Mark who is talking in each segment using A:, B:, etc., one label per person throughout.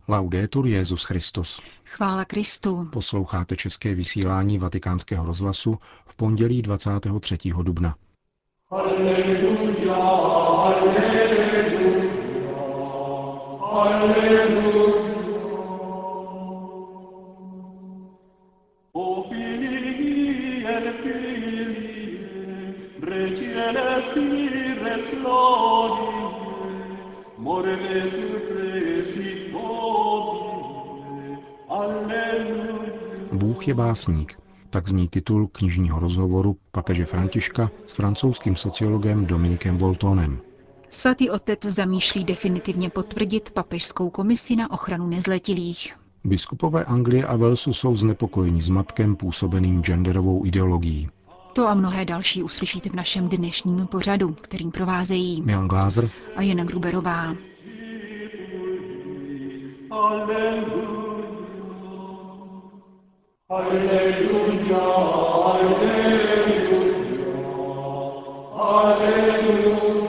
A: Laudetur Jesus Christus.
B: Chvála Kristu.
A: Posloucháte české vysílání Vatikánského rozhlasu v pondělí 23. dubna.
C: Alleluja, alleluja, alleluja. O filii et filii, recelesti res glorie, morte suppressit nobile, alleluja.
A: Bůh je básník. Tak zní titul knižního rozhovoru papeže Františka s francouzským sociologem Dominikem Voltonem.
B: Svatý otec zamýšlí definitivně potvrdit papežskou komisi na ochranu nezletilých.
A: Biskupové Anglie a Walesu jsou znepokojeni zmatkem působeným genderovou ideologií.
B: To a mnohé další uslyšíte v našem dnešním pořadu, kterým provázejí
A: Milan Glázer
B: a Jana Gruberová.
C: Alleluja, alleluja, alleluja.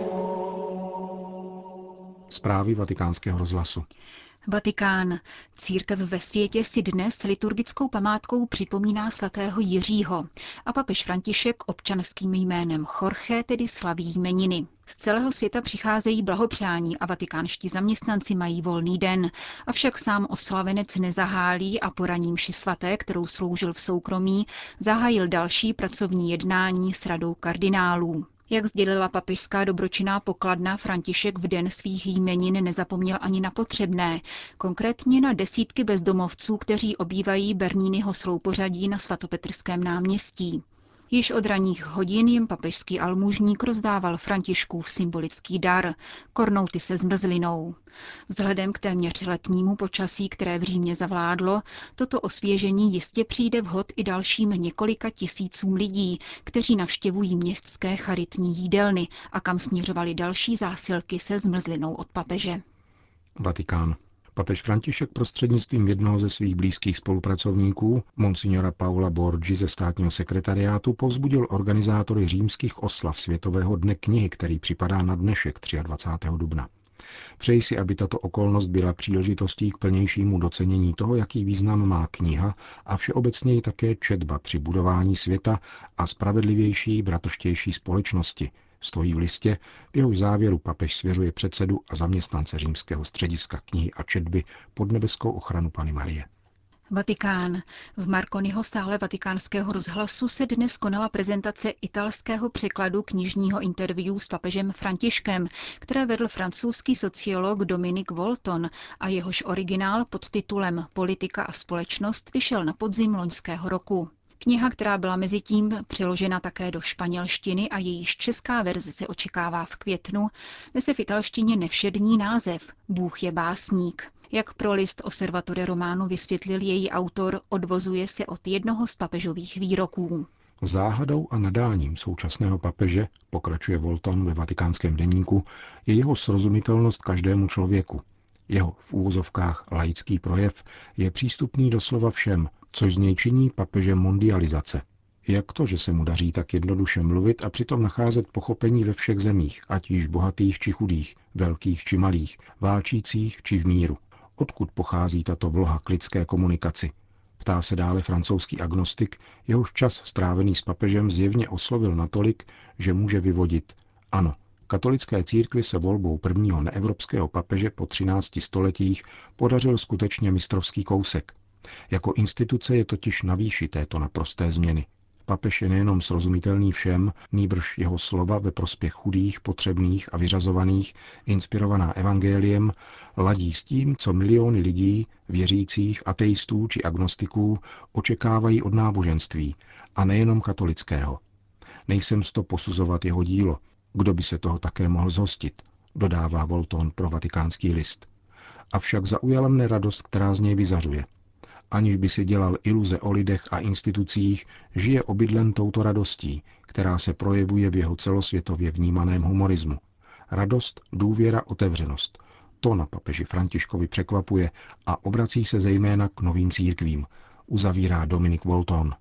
A: Zprávy Vatikánského rozhlasu.
B: Vatikán. Církev ve světě si dnes liturgickou památkou připomíná svatého Jiřího a papež František občanským jménem Jorge tedy slaví jmeniny. Z celého světa přicházejí blahopřání a vatikánští zaměstnanci mají volný den, avšak sám oslavenec nezahálí a po ranní mši svaté, kterou sloužil v soukromí, zahájil další pracovní jednání s radou kardinálů. Jak sdělila papežská dobročinná pokladna, František v den svých jmenin nezapomněl ani na potřebné, konkrétně na desítky bezdomovců, kteří obývají Berniniho sloupořadí na svatopetrském náměstí. Již od ranních hodin jim papežský almužník rozdával Františkův symbolický dar, kornouty se zmrzlinou. Vzhledem k téměř letnímu počasí, které v Římě zavládlo, toto osvěžení jistě přijde vhod i dalším několika tisícům lidí, kteří navštěvují městské charitní jídelny a kam směřovaly další zásilky se zmrzlinou od papeže.
A: Vatikán. Papež František prostřednictvím jednoho ze svých blízkých spolupracovníků, monsignora Paula Borgi ze státního sekretariátu, povzbudil organizátory římských oslav Světového dne knihy, který připadá na dnešek 23. dubna. Přeji si, aby tato okolnost byla příležitostí k plnějšímu docenění toho, jaký význam má kniha a všeobecněji také četba při budování světa a spravedlivější, bratrštější společnosti, stojí v listě, v jehož závěru papež svěřuje předsedu a zaměstnance Římského střediska knihy a četby pod nebeskou ochranu Panny Marie.
B: Vatikán. V Marconiho sále Vatikánského rozhlasu se dnes konala prezentace italského překladu knižního interview s papežem Františkem, které vedl francouzský sociolog Dominic Volton a jehož originál pod titulem Politika a společnost vyšel na podzim loňského roku. Kniha, která byla mezitím přeložena také do španělštiny a jejíž česká verze se očekává v květnu, nese v italštině nevšední název Bůh je básník. Jak pro list Osservatore Romano vysvětlil její autor, odvozuje se od jednoho z papežových výroků.
A: Záhadou a nadáním současného papeže, pokračuje Volton ve Vatikánském deníku, je jeho srozumitelnost každému člověku. Jeho v úvozovkách laický projev je přístupný doslova všem, což z něj činí papeže mondializace. Jak to, že se mu daří tak jednoduše mluvit a přitom nacházet pochopení ve všech zemích, ať již bohatých či chudých, velkých či malých, válčících či v míru? Odkud pochází tato vloha k lidské komunikaci? Ptá se dále francouzský agnostik, jehož čas strávený s papežem zjevně oslovil natolik, že může vyvodit: ano, katolické církvi se volbou prvního neevropského papeže po 13 stoletích podařil skutečně mistrovský kousek. Jako instituce je totiž na výši této naprosté změny. Papež je nejenom srozumitelný všem, nýbrž jeho slova ve prospěch chudých, potřebných a vyřazovaných, inspirovaná evangeliem, ladí s tím, co miliony lidí, věřících, ateistů či agnostiků, očekávají od náboženství, a nejenom katolického. Nejsem sto posuzovat jeho dílo, kdo by se toho také mohl zhostit, dodává Volton pro Vatikánský list. Avšak zaujala mne radost, která z něj vyzařuje. Aniž by si dělal iluze o lidech a institucích, žije obydlen touto radostí, která se projevuje v jeho celosvětově vnímaném humorismu. Radost, důvěra, otevřenost. To na papeži Františkovi překvapuje a obrací se zejména k novým církvím, uzavírá Dominic Volton.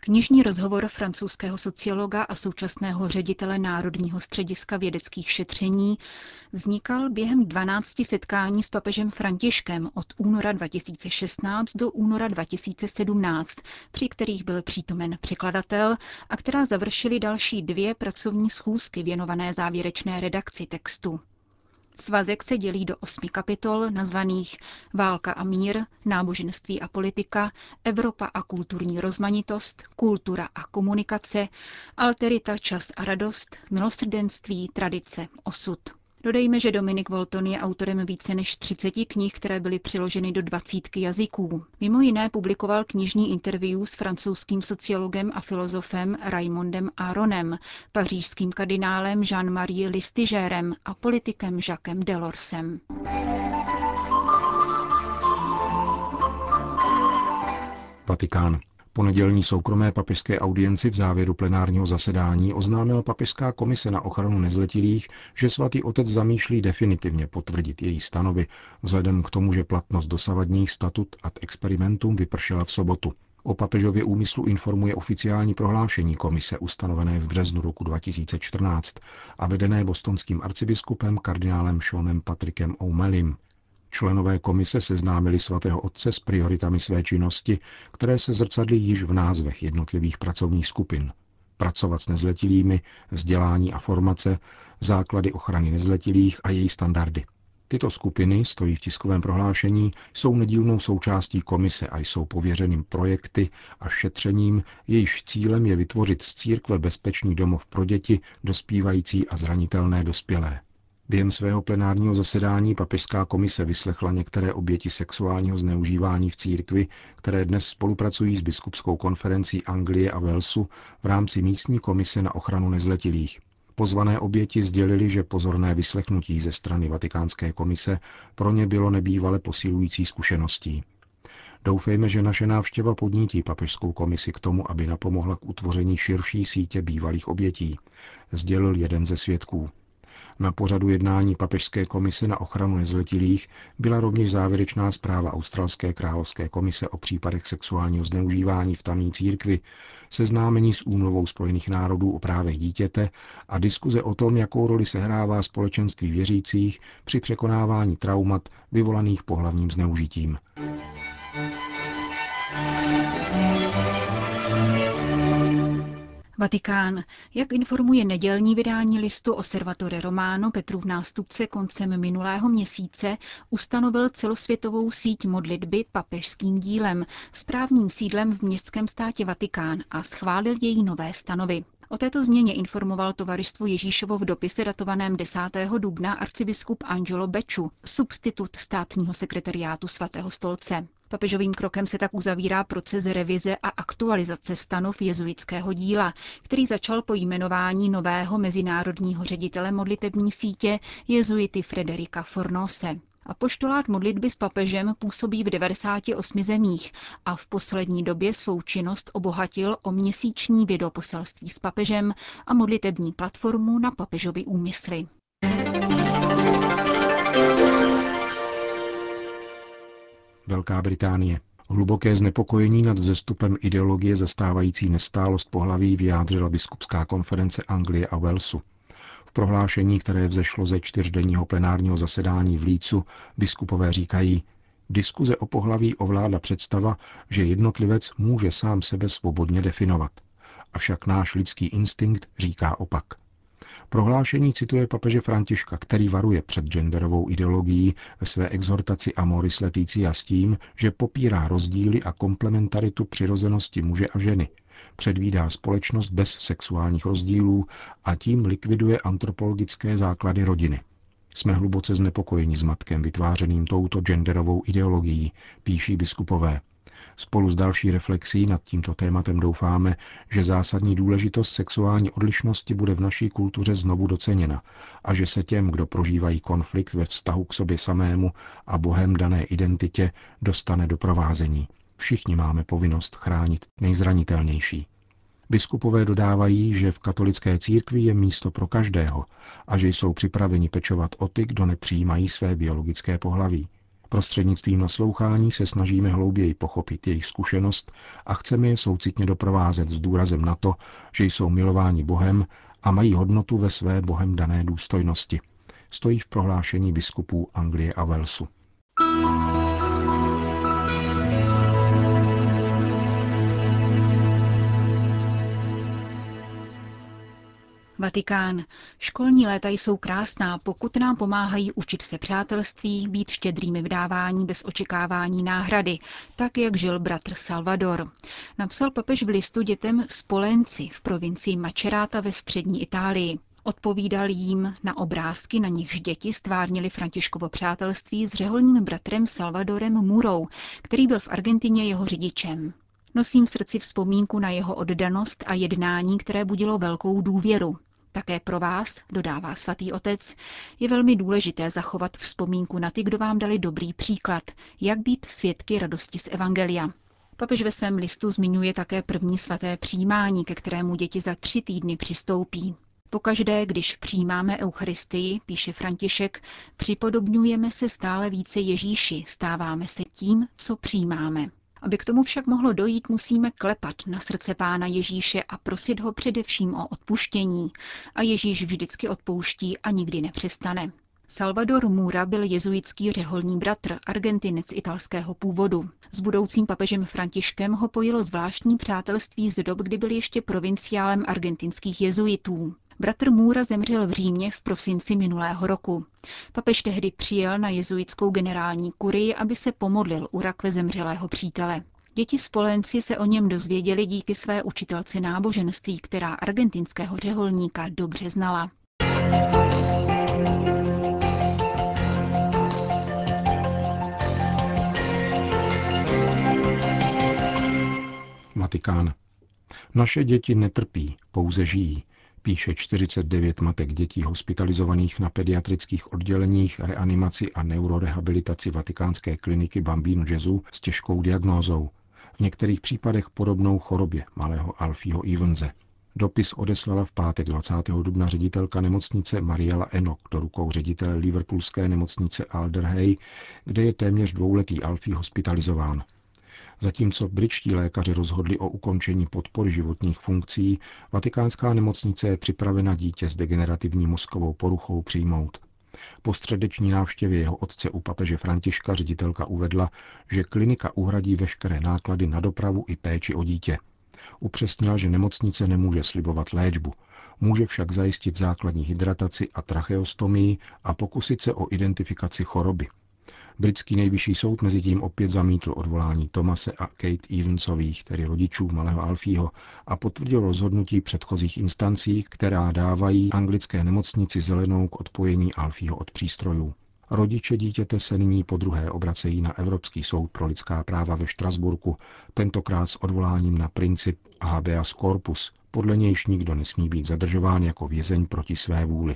B: Knižní rozhovor francouzského sociologa a současného ředitele Národního střediska vědeckých šetření vznikal během 12 setkání s papežem Františkem od února 2016 do února 2017, při kterých byl přítomen překladatel a která završily další 2 pracovní schůzky věnované závěrečné redakci textu. Svazek se dělí do 8 kapitol nazvaných Válka a mír, náboženství a politika, Evropa a kulturní rozmanitost, kultura a komunikace, alterita, čas a radost, milosrdenství, tradice, osud. Dodejme, že Dominik Volton je autorem více než 30 knih, které byly přeloženy do 20 jazyků. Mimo jiné publikoval knižní interview s francouzským sociologem a filozofem Raymondem Aronem, pařížským kardinálem Jean-Marie Listigerem a politikem Jacquem Delorsem.
A: Vatikán. Po nedělní soukromé papežské audienci v závěru plenárního zasedání oznámila papežská komise na ochranu nezletilých, že svatý otec zamýšlí definitivně potvrdit její stanovy vzhledem k tomu, že platnost dosavadních statut ad experimentum vypršela v sobotu. O papežově úmyslu informuje oficiální prohlášení komise ustanovené v březnu roku 2014 a vedené bostonským arcibiskupem kardinálem Seanem Patrickem O'Malleym. Členové komise seznámili svatého otce s prioritami své činnosti, které se zrcadlí již v názvech jednotlivých pracovních skupin. Pracovat s nezletilými, vzdělání a formace, základy ochrany nezletilých a její standardy. Tyto skupiny, stojí v tiskovém prohlášení, jsou nedílnou součástí komise a jsou pověřeným projekty a šetřením, jejichž cílem je vytvořit z církve bezpečný domov pro děti, dospívající a zranitelné dospělé. Během svého plenárního zasedání papežská komise vyslechla některé oběti sexuálního zneužívání v církvi, které dnes spolupracují s biskupskou konferencí Anglie a Walesu v rámci místní komise na ochranu nezletilých. Pozvané oběti sdělili, že pozorné vyslechnutí ze strany Vatikánské komise pro ně bylo nebývale posilující zkušeností. Doufejme, že naše návštěva podnítí papežskou komisi k tomu, aby napomohla k utvoření širší sítě bývalých obětí, sdělil jeden ze svědků. Na pořadu jednání papežské komise na ochranu nezletilých byla rovněž závěrečná zpráva Australské královské komise o případech sexuálního zneužívání v tamní církvi, seznámení s úmluvou Spojených národů o právech dítěte a diskuze o tom, jakou roli sehrává společenství věřících při překonávání traumat vyvolaných pohlavním zneužitím.
B: Vatikán. Jak informuje nedělní vydání listu Osservatore Romano, Petrův nástupce koncem minulého měsíce ustanovil celosvětovou síť modlitby papežským dílem, správním sídlem v městském státě Vatikán a schválil její nové stanovy. O této změně informoval Tovaristvo Ježíšovo v dopise datovaném 10. dubna arcibiskup Angelo Becciu, substitut státního sekretariátu Svatého stolce. Papežovým krokem se tak uzavírá proces revize a aktualizace stanov jezuitského díla, který začal po jmenování nového mezinárodního ředitele modlitební sítě jezuity Frederika Fornose. Apoštolát modlitby s papežem působí v 98 zemích a v poslední době svou činnost obohatil o měsíční videoposelství s papežem a modlitební platformu na papežovy úmysly.
A: Velká Británie. Hluboké znepokojení nad vzestupem ideologie zastávající nestálost pohlaví vyjádřila biskupská konference Anglie a Walesu. V prohlášení, které vzešlo ze 4denního plenárního zasedání v Leedsu, biskupové říkají: diskuze o pohlaví ovládla představa, že jednotlivec může sám sebe svobodně definovat. Avšak náš lidský instinkt říká opak. Prohlášení cituje papeže Františka, který varuje před genderovou ideologií ve své exhortaci Amoris Laetitia s tím, že popírá rozdíly a komplementaritu přirozenosti muže a ženy, předvídá společnost bez sexuálních rozdílů a tím likviduje antropologické základy rodiny. Jsme hluboce znepokojeni zmatkem vytvářeným touto genderovou ideologií, píší biskupové. Spolu s další reflexí nad tímto tématem doufáme, že zásadní důležitost sexuální odlišnosti bude v naší kultuře znovu doceněna a že se těm, kdo prožívají konflikt ve vztahu k sobě samému a Bohem dané identitě, dostane doprovázení. Všichni máme povinnost chránit nejzranitelnější. Biskupové dodávají, že v katolické církvi je místo pro každého a že jsou připraveni pečovat o ty, kdo nepřijímají své biologické pohlaví. Prostřednictvím naslouchání se snažíme hlouběji pochopit jejich zkušenost a chceme je soucitně doprovázet s důrazem na to, že jsou milováni Bohem a mají hodnotu ve své Bohem dané důstojnosti. Stojí v prohlášení biskupů Anglie a Walesu.
B: Vatikán. Školní léta jsou krásná, pokud nám pomáhají učit se přátelství, být štědrými v dávání bez očekávání náhrady, tak jak žil bratr Salvador. Napsal papež v listu dětem z Polenci v provincii Macerata ve střední Itálii. Odpovídal jim na obrázky, na nichž děti stvárnili Františkovo přátelství s řeholním bratrem Salvadorem Murou, který byl v Argentině jeho řidičem. Nosím v srdci vzpomínku na jeho oddanost a jednání, které budilo velkou důvěru. Také pro vás, dodává svatý otec, je velmi důležité zachovat vzpomínku na ty, kdo vám dali dobrý příklad, jak být svědky radosti z evangelia. Papež ve svém listu zmiňuje také první svaté přijímání, ke kterému děti za 3 týdny přistoupí. Pokaždé, když přijímáme Eucharistii, píše František, připodobňujeme se stále více Ježíši, stáváme se tím, co přijímáme. Aby k tomu však mohlo dojít, musíme klepat na srdce Pána Ježíše a prosit ho především o odpuštění. A Ježíš vždycky odpouští a nikdy nepřestane. Salvador Mura byl jezuitský řeholní bratr, Argentinec italského původu. S budoucím papežem Františkem ho pojilo zvláštní přátelství z dob, kdy byl ještě provinciálem argentinských jezuitů. Bratr Mura zemřel v Římě v prosinci minulého roku. Papež tehdy přijel na jezuitskou generální kurii, aby se pomodlil u rakve zemřelého přítele. Děti z Polenci se o něm dozvěděli díky své učitelce náboženství, která argentinského řeholníka dobře znala.
A: Vatikán. Naše děti netrpí, pouze žijí, píše 49 matek dětí hospitalizovaných na pediatrických odděleních, reanimaci a neurorehabilitaci vatikánské kliniky Bambino Gesù s těžkou diagnózou, v některých případech podobnou chorobě malého Alfího Evanse. Dopis odeslala v pátek 20. dubna ředitelka nemocnice Mariela Enoch do rukou ředitele liverpoolské nemocnice Alderhay, kde je téměř 2letý Alfie hospitalizován. Zatímco britští lékaři rozhodli o ukončení podpory životních funkcí, vatikánská nemocnice je připravena dítě s degenerativní mozkovou poruchou přijmout. Po středeční návštěvě jeho otce u papeže Františka ředitelka uvedla, že klinika uhradí veškeré náklady na dopravu i péči o dítě. Upřesnila, že nemocnice nemůže slibovat léčbu, může však zajistit základní hydrataci a tracheostomii a pokusit se o identifikaci choroby. Britský nejvyšší soud mezitím opět zamítl odvolání Thomase a Kate Evansových, tedy rodičů malého Alfího, a potvrdil rozhodnutí předchozích instancí, která dávají anglické nemocnici zelenou k odpojení Alfího od přístrojů. Rodiče dítěte se nyní podruhé obracejí na Evropský soud pro lidská práva ve Štrasburku, tentokrát s odvoláním na princip habeas corpus, podle nějž nikdo nesmí být zadržován jako vězeň proti své vůli.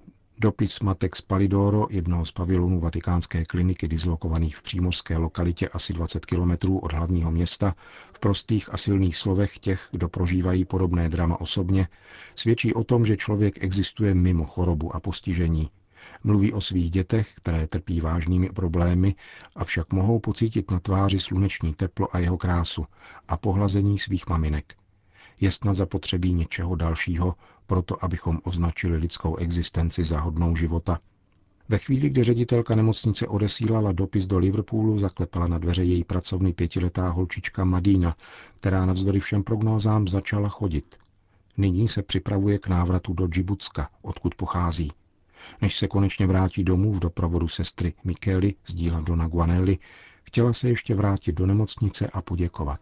A: Dopis matek z Palidoro, jednoho z pavilonů vatikánské kliniky dislokovaných v přímořské lokalitě asi 20 kilometrů od hlavního města, v prostých a silných slovech těch, kdo prožívají podobné drama osobně, svědčí o tom, že člověk existuje mimo chorobu a postižení. Mluví o svých dětech, které trpí vážnými problémy, avšak mohou pocítit na tváři sluneční teplo a jeho krásu a pohlazení svých maminek. Je snad zapotřebí něčeho dalšího, proto abychom označili lidskou existenci za hodnou života. Ve chvíli, kdy ředitelka nemocnice odesílala dopis do Liverpoolu, zaklepala na dveře její pracovny 5letá holčička Madina, která navzdory všem prognózám začala chodit. Nyní se připravuje k návratu do Džibutska, odkud pochází. Než se konečně vrátí domů v doprovodu sestry Michely z díla Dona Guanelli, chtěla se ještě vrátit do nemocnice a poděkovat.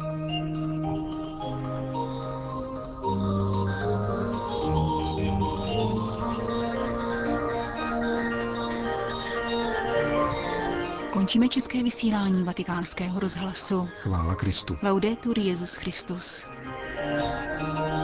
B: Končíme české vysílání Vatikánského rozhlasu.
A: Chvála Kristu.
B: Laudetur Jesus Christus.